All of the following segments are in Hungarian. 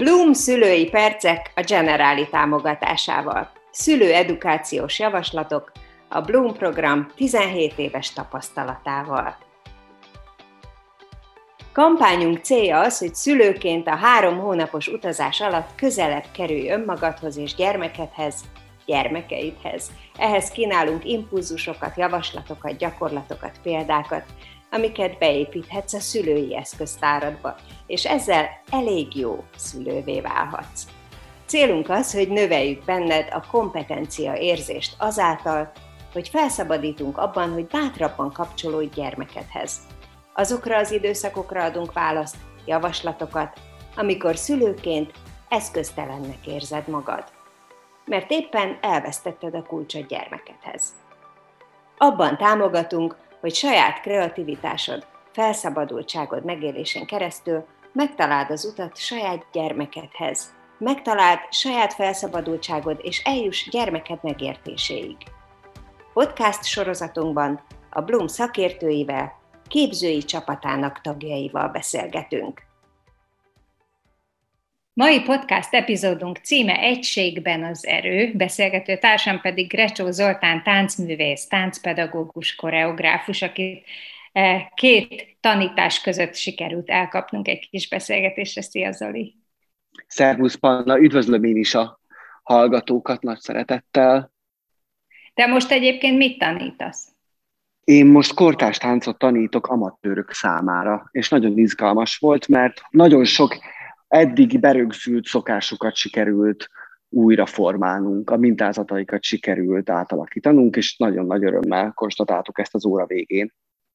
Bloom szülői percek a Generáli támogatásával. Szülőedukációs javaslatok a Bloom program 17 éves tapasztalatával. Kampányunk célja az, hogy szülőként a 3 hónapos utazás alatt közelebb kerülj önmagadhoz és gyermekeidhez. Ehhez kínálunk impulzusokat, javaslatokat, gyakorlatokat, példákat, amiket beépíthetsz a szülői eszköztáradba, és ezzel elég jó szülővé válhatsz. Célunk az, hogy növeljük benned a kompetencia érzést azáltal, hogy felszabadítunk abban, hogy bátrabban kapcsolódj gyermekedhez. Azokra az időszakokra adunk választ, javaslatokat, amikor szülőként eszköztelennek érzed magad, mert éppen elvesztetted a kulcsot gyermekedhez. Abban támogatunk, hogy saját kreativitásod, felszabadultságod megélésen keresztül megtaláld az utat saját gyermekedhez, megtaláld saját felszabadultságod és eljuss gyermeked megértéséig. Podcast sorozatunkban a Bloom szakértőivel, képzői csapatának tagjaival beszélgetünk. Mai podcast epizódunk címe Egységben az erő, beszélgető társam pedig Grecsó Zoltán táncművész, táncpedagógus, koreográfus, akit 2 tanítás között sikerült elkapnunk egy kis beszélgetésre. Szia, Zoli! Szervusz, Panna! Üdvözlöm én is a hallgatókat nagy szeretettel. Te most egyébként mit tanítasz? Én most kortárs táncot tanítok amatőrök számára, és nagyon izgalmas volt, mert nagyon sok eddig berögzült szokásokat sikerült újra formálnunk, a mintázataikat sikerült átalakítanunk, és nagyon nagy örömmel konstatáltuk ezt az óra végén.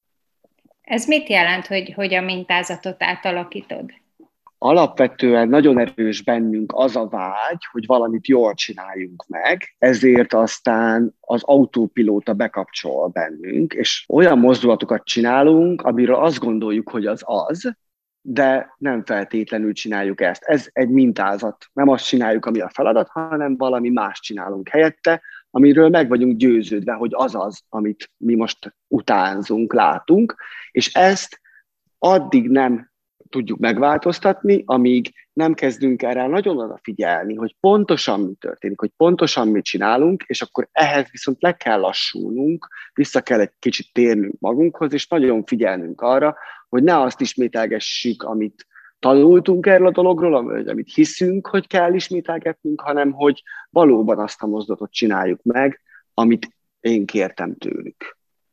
Ez mit jelent, hogy a mintázatot átalakítod? Alapvetően nagyon erős bennünk az a vágy, hogy valamit jól csináljunk meg, ezért aztán az autópilóta bekapcsol bennünk, és olyan mozdulatokat csinálunk, amiről azt gondoljuk, hogy az, de nem feltétlenül csináljuk ezt. Ez egy mintázat. Nem azt csináljuk, ami a feladat, hanem valami más csinálunk helyette, amiről meg vagyunk győződve, hogy az, amit mi most utánzunk, látunk, és ezt addig nem tudjuk megváltoztatni, amíg nem kezdünk erre nagyon odafigyelni, hogy pontosan mi történik, hogy pontosan mit csinálunk, és akkor ehhez viszont le kell lassulnunk, vissza kell egy kicsit térnünk magunkhoz, és nagyon figyelnünk arra, hogy ne azt ismételgessük, amit tanultunk erről a dologról, vagy amit hiszünk, hogy kell ismételgetnünk, hanem hogy valóban azt a mozdulatot csináljuk meg, amit én kértem tőlük.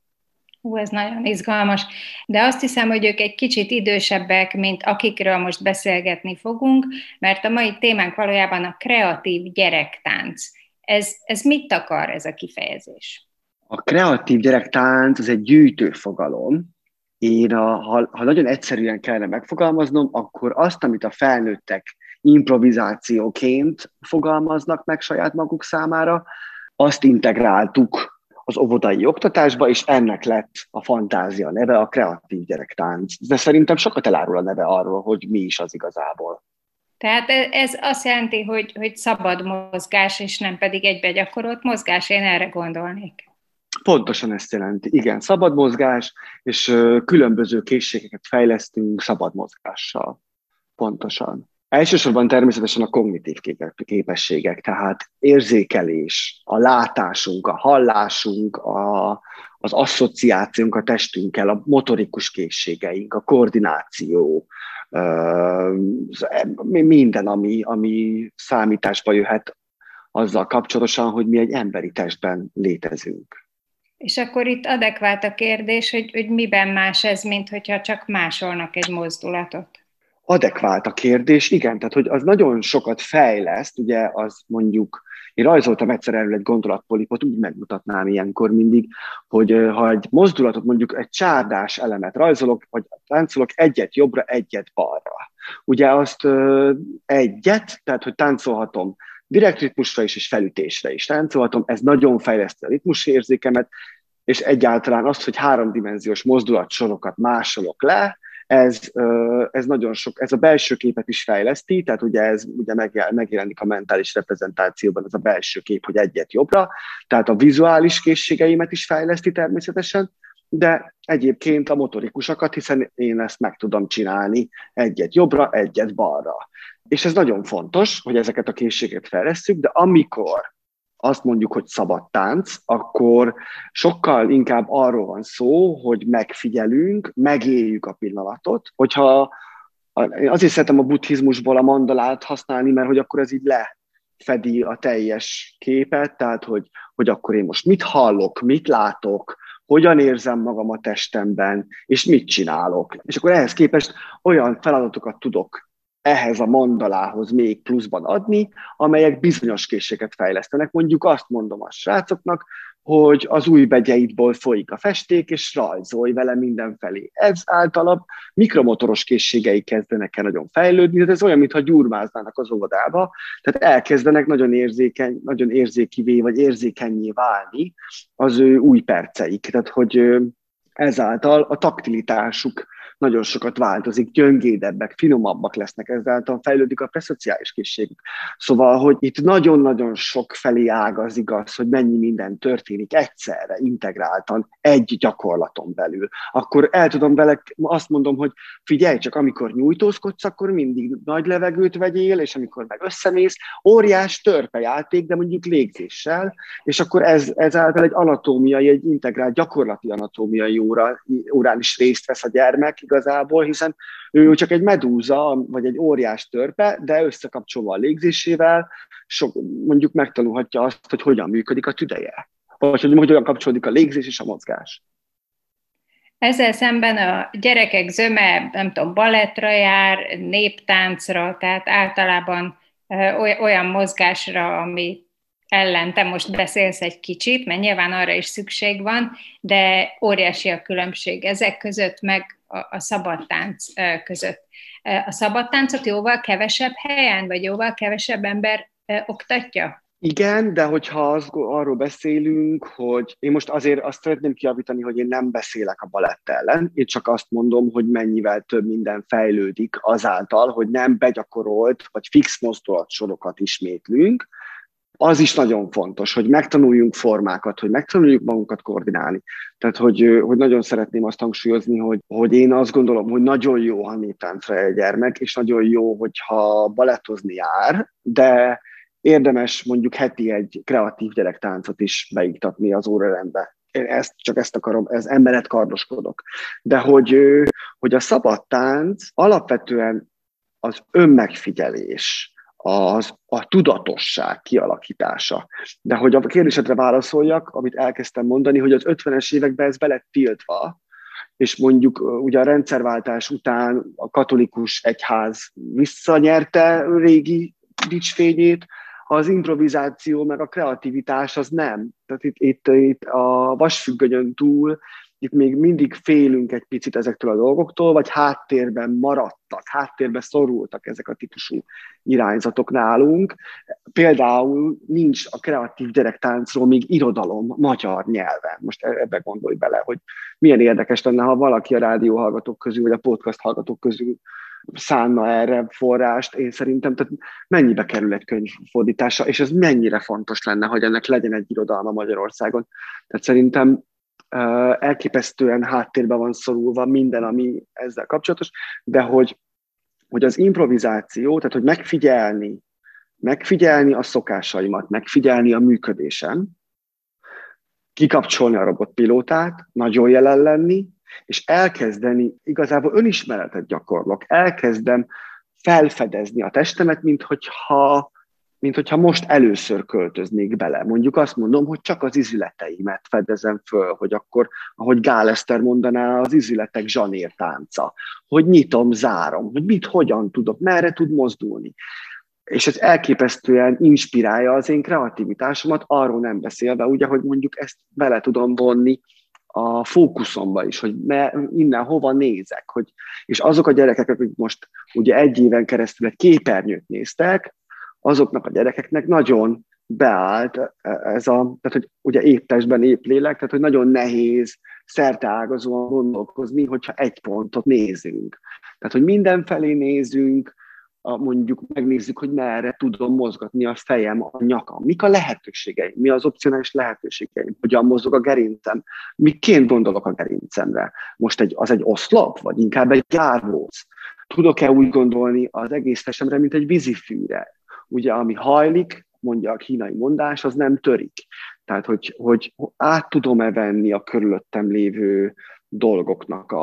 Ez nagyon izgalmas, de azt hiszem, hogy ők egy kicsit idősebbek, mint akikről most beszélgetni fogunk, mert a mai témánk valójában a kreatív gyerektánc. Ez mit akar, ez a kifejezés? A kreatív gyerektánc az egy gyűjtő fogalom. Én, ha nagyon egyszerűen kellene megfogalmaznom, akkor azt, amit a felnőttek improvizációként fogalmaznak meg saját maguk számára, azt integráltuk az óvodai oktatásba, és ennek lett a fantázia neve, a kreatív gyerektánc. De szerintem sokat elárul a neve arról, hogy mi is az igazából. Tehát ez azt jelenti, hogy szabad mozgás, és nem pedig egybe gyakorolt mozgás, én erre gondolnék. Pontosan ezt jelenti, igen, szabad mozgás, és különböző készségeket fejlesztünk szabad mozgással. Pontosan. Elsősorban természetesen a kognitív képességek, tehát érzékelés, a látásunk, a hallásunk, az asszociációnk a testünkkel, a motorikus készségeink, a koordináció, minden, ami számításba jöhet azzal kapcsolatosan, hogy mi egy emberi testben létezünk. És akkor itt adekvát a kérdés, hogy miben más ez, mint hogyha csak másolnak egy mozdulatot? Adekvált a kérdés, igen, tehát hogy az nagyon sokat fejleszt, ugye az mondjuk, én rajzoltam egyszer erről egy gondolatpolipot, úgy megmutatnám ilyenkor mindig, hogy ha egy mozdulatot, mondjuk egy csárdás elemet rajzolok, vagy táncolok egyet jobbra, egyet balra. Ugye azt egyet, tehát hogy táncolhatom direkt ritmusra is, és felütésre is táncolhatom, ez nagyon fejleszti a ritmusérzékemet, és egyáltalán azt, hogy 3-dimenziós mozdulatsorokat másolok le, ez nagyon sok, ez a belső képet is fejleszti, tehát ugye ez ugye megjelenik a mentális reprezentációban az a belső kép, hogy egyet jobbra, tehát a vizuális készségeimet is fejleszti természetesen, de egyébként a motorikusakat, hiszen én ezt meg tudom csinálni egyet jobbra, egyet balra. És ez nagyon fontos, hogy ezeket a készségeket fejlesszük, de amikor azt mondjuk, hogy szabad tánc, akkor sokkal inkább arról van szó, hogy megfigyelünk, megéljük a pillanatot. Én azért szeretem a buddhizmusból a mandalát használni, mert hogy akkor ez így lefedi a teljes képet, tehát hogy akkor én most mit hallok, mit látok, hogyan érzem magam a testemben, és mit csinálok. És akkor ehhez képest olyan feladatokat tudok ehhez a mandalához még pluszban adni, amelyek bizonyos készséget fejlesztenek. Mondjuk azt mondom a srácoknak, hogy az új begyeidból folyik a festék, és rajzolj vele mindenfelé. Ez általában mikromotoros készségei kezdenek el nagyon fejlődni, tehát ez olyan, mintha gyurmáznának az óvodába, tehát elkezdenek nagyon érzékivé, vagy érzékenyé válni az ő új perceik. Tehát, hogy ezáltal a taktilitásuk nagyon sokat változik, gyöngédebbek, finomabbak lesznek, ezáltal fejlődik a preszociális készségük. Szóval, hogy itt nagyon-nagyon sok felé ág az igaz, hogy mennyi minden történik egyszerre, integráltan, egy gyakorlaton belül. Akkor el tudom vele, azt mondom, hogy figyelj csak, amikor nyújtózkodsz, akkor mindig nagy levegőt vegyél, és amikor meg összemész, óriás törpejáték, de mondjuk légzéssel, és akkor ezáltal egy anatómiai, egy integrált gyakorlati anatómiai órán is részt vesz a gyermek, igazából, hiszen ő csak egy medúza, vagy egy óriás törpe, de összekapcsolva a légzésével, mondjuk megtanulhatja azt, hogy hogyan működik a tüdeje, vagy hogy hogyan kapcsolódik a légzés és a mozgás. Ezzel szemben a gyerekek zöme, nem tudom, balettra jár, néptáncra, tehát általában olyan mozgásra, ami ellen te most beszélsz egy kicsit, mert nyilván arra is szükség van, de óriási a különbség ezek között, meg a szabadtánc között. A szabadtáncot jóval kevesebb helyen, vagy jóval kevesebb ember oktatja? Igen, de hogyha arról beszélünk, hogy én most azért azt szeretném kijavítani, hogy én nem beszélek a balett ellen, én csak azt mondom, hogy mennyivel több minden fejlődik azáltal, hogy nem begyakorolt vagy fix mozdulatsorokat ismétlünk. Az is nagyon fontos, hogy megtanuljunk formákat, hogy megtanuljuk magunkat koordinálni. Tehát, hogy nagyon szeretném azt hangsúlyozni, hogy én azt gondolom, hogy nagyon jó, ha néptáncra egy gyermek, és nagyon jó, hogyha balettozni jár, de érdemes mondjuk heti egy kreatív gyerektáncot is beiktatni az órarendbe. Én ezt akarom, ez emellett kardoskodok. De hogy a szabad tánc alapvetően az önmegfigyelés, a tudatosság kialakítása. De hogy a kérdésedre válaszoljak, amit elkezdtem mondani, hogy az 50-es években ez be lett tiltva, és mondjuk ugye a rendszerváltás után a katolikus egyház visszanyerte régi dicsfényét, az improvizáció meg a kreativitás az nem. Tehát itt a vasfüggönyön túl itt még mindig félünk egy picit ezektől a dolgoktól, vagy háttérben maradtak, háttérben szorultak ezek a típusú irányzatok nálunk. Például nincs a kreatív gyerektáncról még irodalom magyar nyelven. Most ebbe gondolj bele, hogy milyen érdekes lenne, ha valaki a rádióhallgatók közül, vagy a podcast hallgatók közül szánna erre forrást. Én szerintem, tehát mennyibe kerül egy könyv fordítása, és ez mennyire fontos lenne, hogy ennek legyen egy irodalma Magyarországon. Tehát szerintem elképesztően háttérbe van szorulva minden, ami ezzel kapcsolatos, de hogy az improvizáció, tehát hogy megfigyelni a szokásaimat, megfigyelni a működésem, kikapcsolni a robotpilótát, nagyon jelen lenni, és elkezdeni, igazából önismeretet gyakorlok, elkezdem felfedezni a testemet, mint hogyha most először költöznék bele. Mondjuk azt mondom, hogy csak az izületeimet fedezem föl, hogy akkor, ahogy Gál Eszter mondaná, az izületek zsanértánca, hogy nyitom, zárom, hogy hogyan tudok, merre tud mozdulni. És ez elképesztően inspirálja az én kreativitásomat, arról nem beszélve, ugye, hogy mondjuk ezt bele tudom vonni a fókuszomba is, hogy innen hova nézek. És azok a gyerekek, akik most ugye egy éven keresztül egy képernyőt néztek, azoknak a gyerekeknek nagyon beállt tehát hogy ugye épp testben, épp lélek, tehát hogy nagyon nehéz szerteágazóan gondolkozni, hogyha egy pontot nézünk. Tehát, hogy mindenfelé nézünk, mondjuk megnézzük, hogy merre tudom mozgatni a fejem, a nyakam. Mik a lehetőségeim, mi az opcionális lehetőségeim, hogyan mozog a gerincem, miként gondolok a gerincemre. Most az egy oszlop, vagy inkább egy járvóc. Tudok-e úgy gondolni az egész testemre, mint egy vízifűre? Ugye, ami hajlik, mondja a kínai mondás, az nem törik. Tehát, hogy át tudom-e venni a körülöttem lévő dolgoknak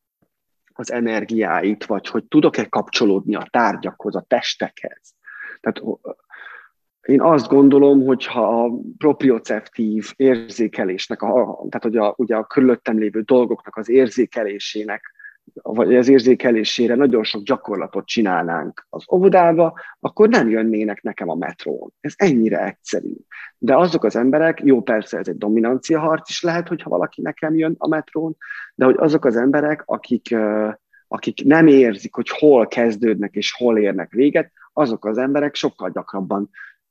az energiáit, vagy hogy tudok-e kapcsolódni a tárgyakhoz, a testekhez. Tehát én azt gondolom, hogyha a proprioceptív érzékelésnek, tehát ugye a körülöttem lévő dolgoknak az érzékelésének, vagy az érzékelésére nagyon sok gyakorlatot csinálnánk az óvodába, akkor nem jönnének nekem a metrón. Ez ennyire egyszerű. De azok az emberek, jó, persze ez egy dominanciaharc is lehet, hogyha valaki nekem jön a metrón, de hogy azok az emberek, akik nem érzik, hogy hol kezdődnek és hol érnek véget, azok az emberek sokkal gyakrabban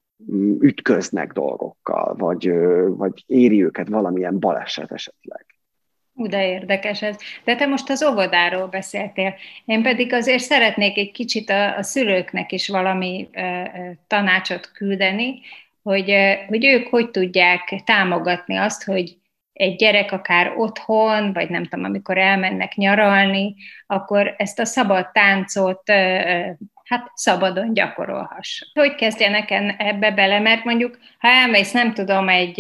ütköznek dolgokkal, vagy éri őket valamilyen baleset esetleg. De érdekes ez. De te most az óvodáról beszéltél. Én pedig azért szeretnék egy kicsit a szülőknek is valami tanácsot küldeni, hogy ők hogy tudják támogatni azt, hogy egy gyerek akár otthon, vagy nem tudom, amikor elmennek nyaralni, akkor ezt a szabad táncot szabadon gyakorolhassa. Hogy kezdjenek ebbe bele? Mert mondjuk, ha elmész, nem tudom, egy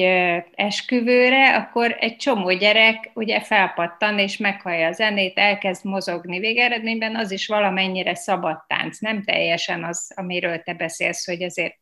esküvőre, akkor egy csomó gyerek ugye felpattan, és meghallja a zenét, elkezd mozogni. Végeredményben az is valamennyire szabad tánc. Nem teljesen az, amiről te beszélsz, hogy azért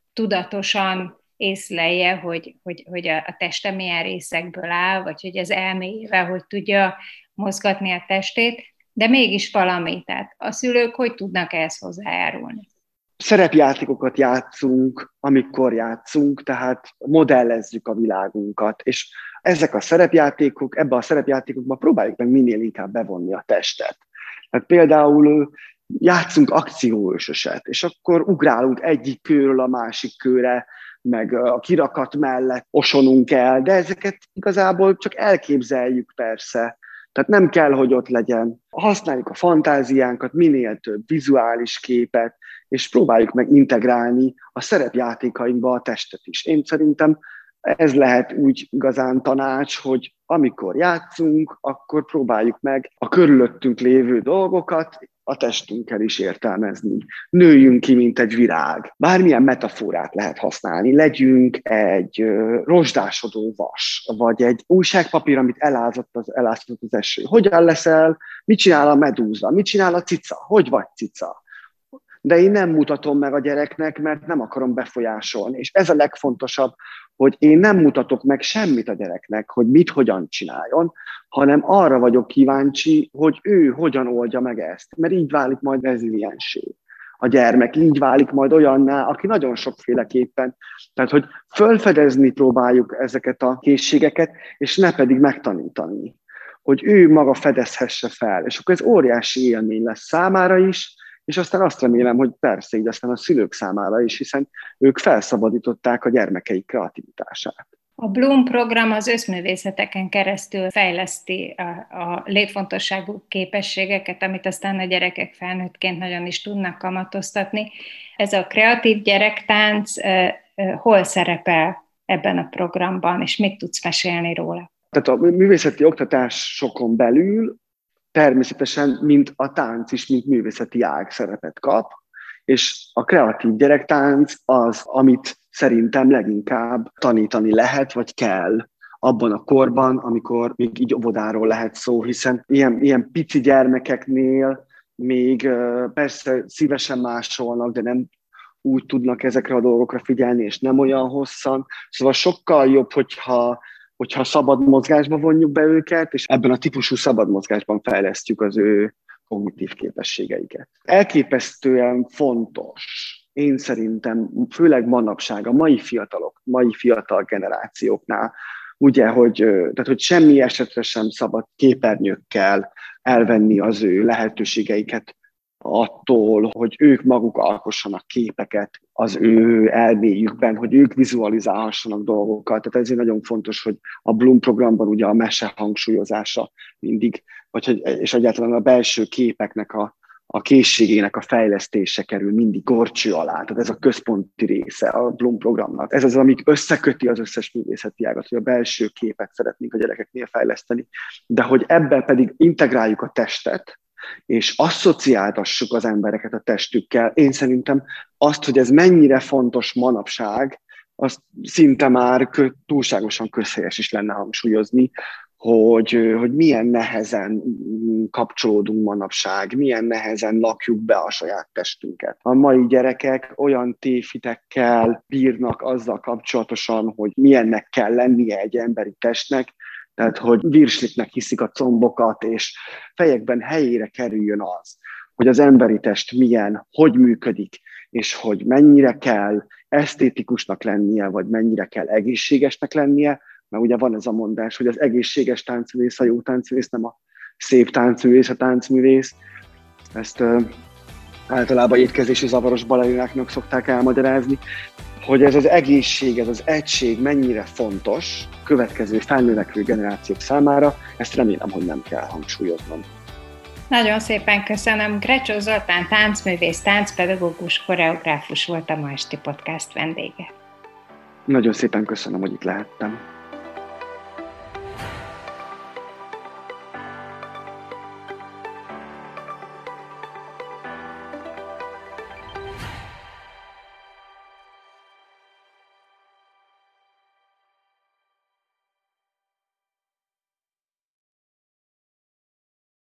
tudatosan észlelje, hogy a teste milyen részekből áll, vagy hogy az elméjével hogy tudja mozgatni a testét, de mégis valami. Tehát a szülők hogy tudnak ehhez hozzájárulni? Szerepjátékokat játszunk, amikor játszunk, tehát modellezzük a világunkat, és ezek a szerepjátékok, ebbe a szerepjátékokba próbáljuk meg minél inkább bevonni a testet. Tehát például játszunk akcióősöset, és akkor ugrálunk egyik kőről a másik kőre, meg a kirakat mellett osonunk el, de ezeket igazából csak elképzeljük persze. Tehát nem kell, hogy ott legyen. Használjuk a fantáziánkat, minél több vizuális képet, és próbáljuk meg integrálni a szerepjátékainkba a testet is. Én szerintem ez lehet úgy igazán tanács, hogy amikor játszunk, akkor próbáljuk meg a körülöttünk lévő dolgokat a testünkkel is értelmezni. Nőjünk ki, mint egy virág. Bármilyen metaforát lehet használni. Legyünk egy rozsdásodó vas, vagy egy újságpapír, amit eláztott az eső. Hogyan leszel? Mit csinál a medúza? Mit csinál a cica? Hogy vagy cica? De én nem mutatom meg a gyereknek, mert nem akarom befolyásolni. És ez a legfontosabb, hogy én nem mutatok meg semmit a gyereknek, hogy mit, hogyan csináljon, hanem arra vagyok kíváncsi, hogy ő hogyan oldja meg ezt. Mert így válik majd rezilienssé. A gyermek így válik majd olyanná, aki nagyon sokféleképpen. Tehát, hogy felfedezni próbáljuk ezeket a készségeket, és ne pedig megtanítani. Hogy ő maga fedezhesse fel. És akkor ez óriási élmény lesz számára is, és aztán azt remélem, hogy persze így aztán a szülők számára is, hiszen ők felszabadították a gyermekeik kreativitását. A Bloom program az összművészeteken keresztül fejleszti a létfontosságú képességeket, amit aztán a gyerekek felnőttként nagyon is tudnak kamatoztatni. Ez a kreatív gyerektánc hol szerepel ebben a programban, és mit tudsz mesélni róla? Tehát a művészeti oktatásokon belül természetesen, mint a tánc is, mint művészeti ág szerepet kap, és a kreatív gyerektánc az, amit szerintem leginkább tanítani lehet, vagy kell abban a korban, amikor még így óvodáról lehet szó, hiszen ilyen pici gyermekeknél még persze szívesen másolnak, de nem úgy tudnak ezekre a dolgokra figyelni, és nem olyan hosszan. Szóval sokkal jobb, hogyha szabad mozgásba vonjuk be őket, és ebben a típusú szabad mozgásban fejlesztjük az ő kognitív képességeiket. Elképesztően fontos, én szerintem, főleg manapság, a mai fiatal generációknál, ugye, hogy semmi esetre sem szabad képernyőkkel elvenni az ő lehetőségeiket attól, hogy ők maguk alkossanak képeket az ő elméjükben, hogy ők vizualizálhassanak dolgokat. Tehát ezért nagyon fontos, hogy a Bloom programban ugye a mese hangsúlyozása mindig, és egyáltalán a belső képeknek a készségének a fejlesztése kerül mindig górcső alá. Tehát ez a központi része a Bloom programnak. Ez az, amik összeköti az összes művészeti ágat, hogy a belső képet szeretnénk a gyerekeknél fejleszteni, de hogy ebben pedig integráljuk a testet, és asszociáltassuk az embereket a testükkel. Én szerintem azt, hogy ez mennyire fontos manapság, azt szinte már túlságosan közhelyes is lenne hangsúlyozni, hogy milyen nehezen kapcsolódunk manapság, milyen nehezen lakjuk be a saját testünket. A mai gyerekek olyan tévhitekkel bírnak azzal kapcsolatosan, hogy milyennek kell lennie egy emberi testnek, tehát hogy virsliknek hiszik a combokat, és fejekben helyére kerüljön az, hogy az emberi test milyen, hogy működik, és hogy mennyire kell esztétikusnak lennie, vagy mennyire kell egészségesnek lennie, mert ugye van ez a mondás, hogy az egészséges táncművész a jó táncművész, nem a szép táncművész a táncművész. Ezt általában étkezési zavaros balerináknak szokták elmagyarázni, hogy ez az egészség, ez az egység mennyire fontos következő felnövekvő generációk számára, ezt remélem, hogy nem kell hangsúlyoznom. Nagyon szépen köszönöm. Grecsó Zoltán táncművész, táncpedagógus, koreográfus volt a ma esti podcast vendége. Nagyon szépen köszönöm, hogy itt lehettem.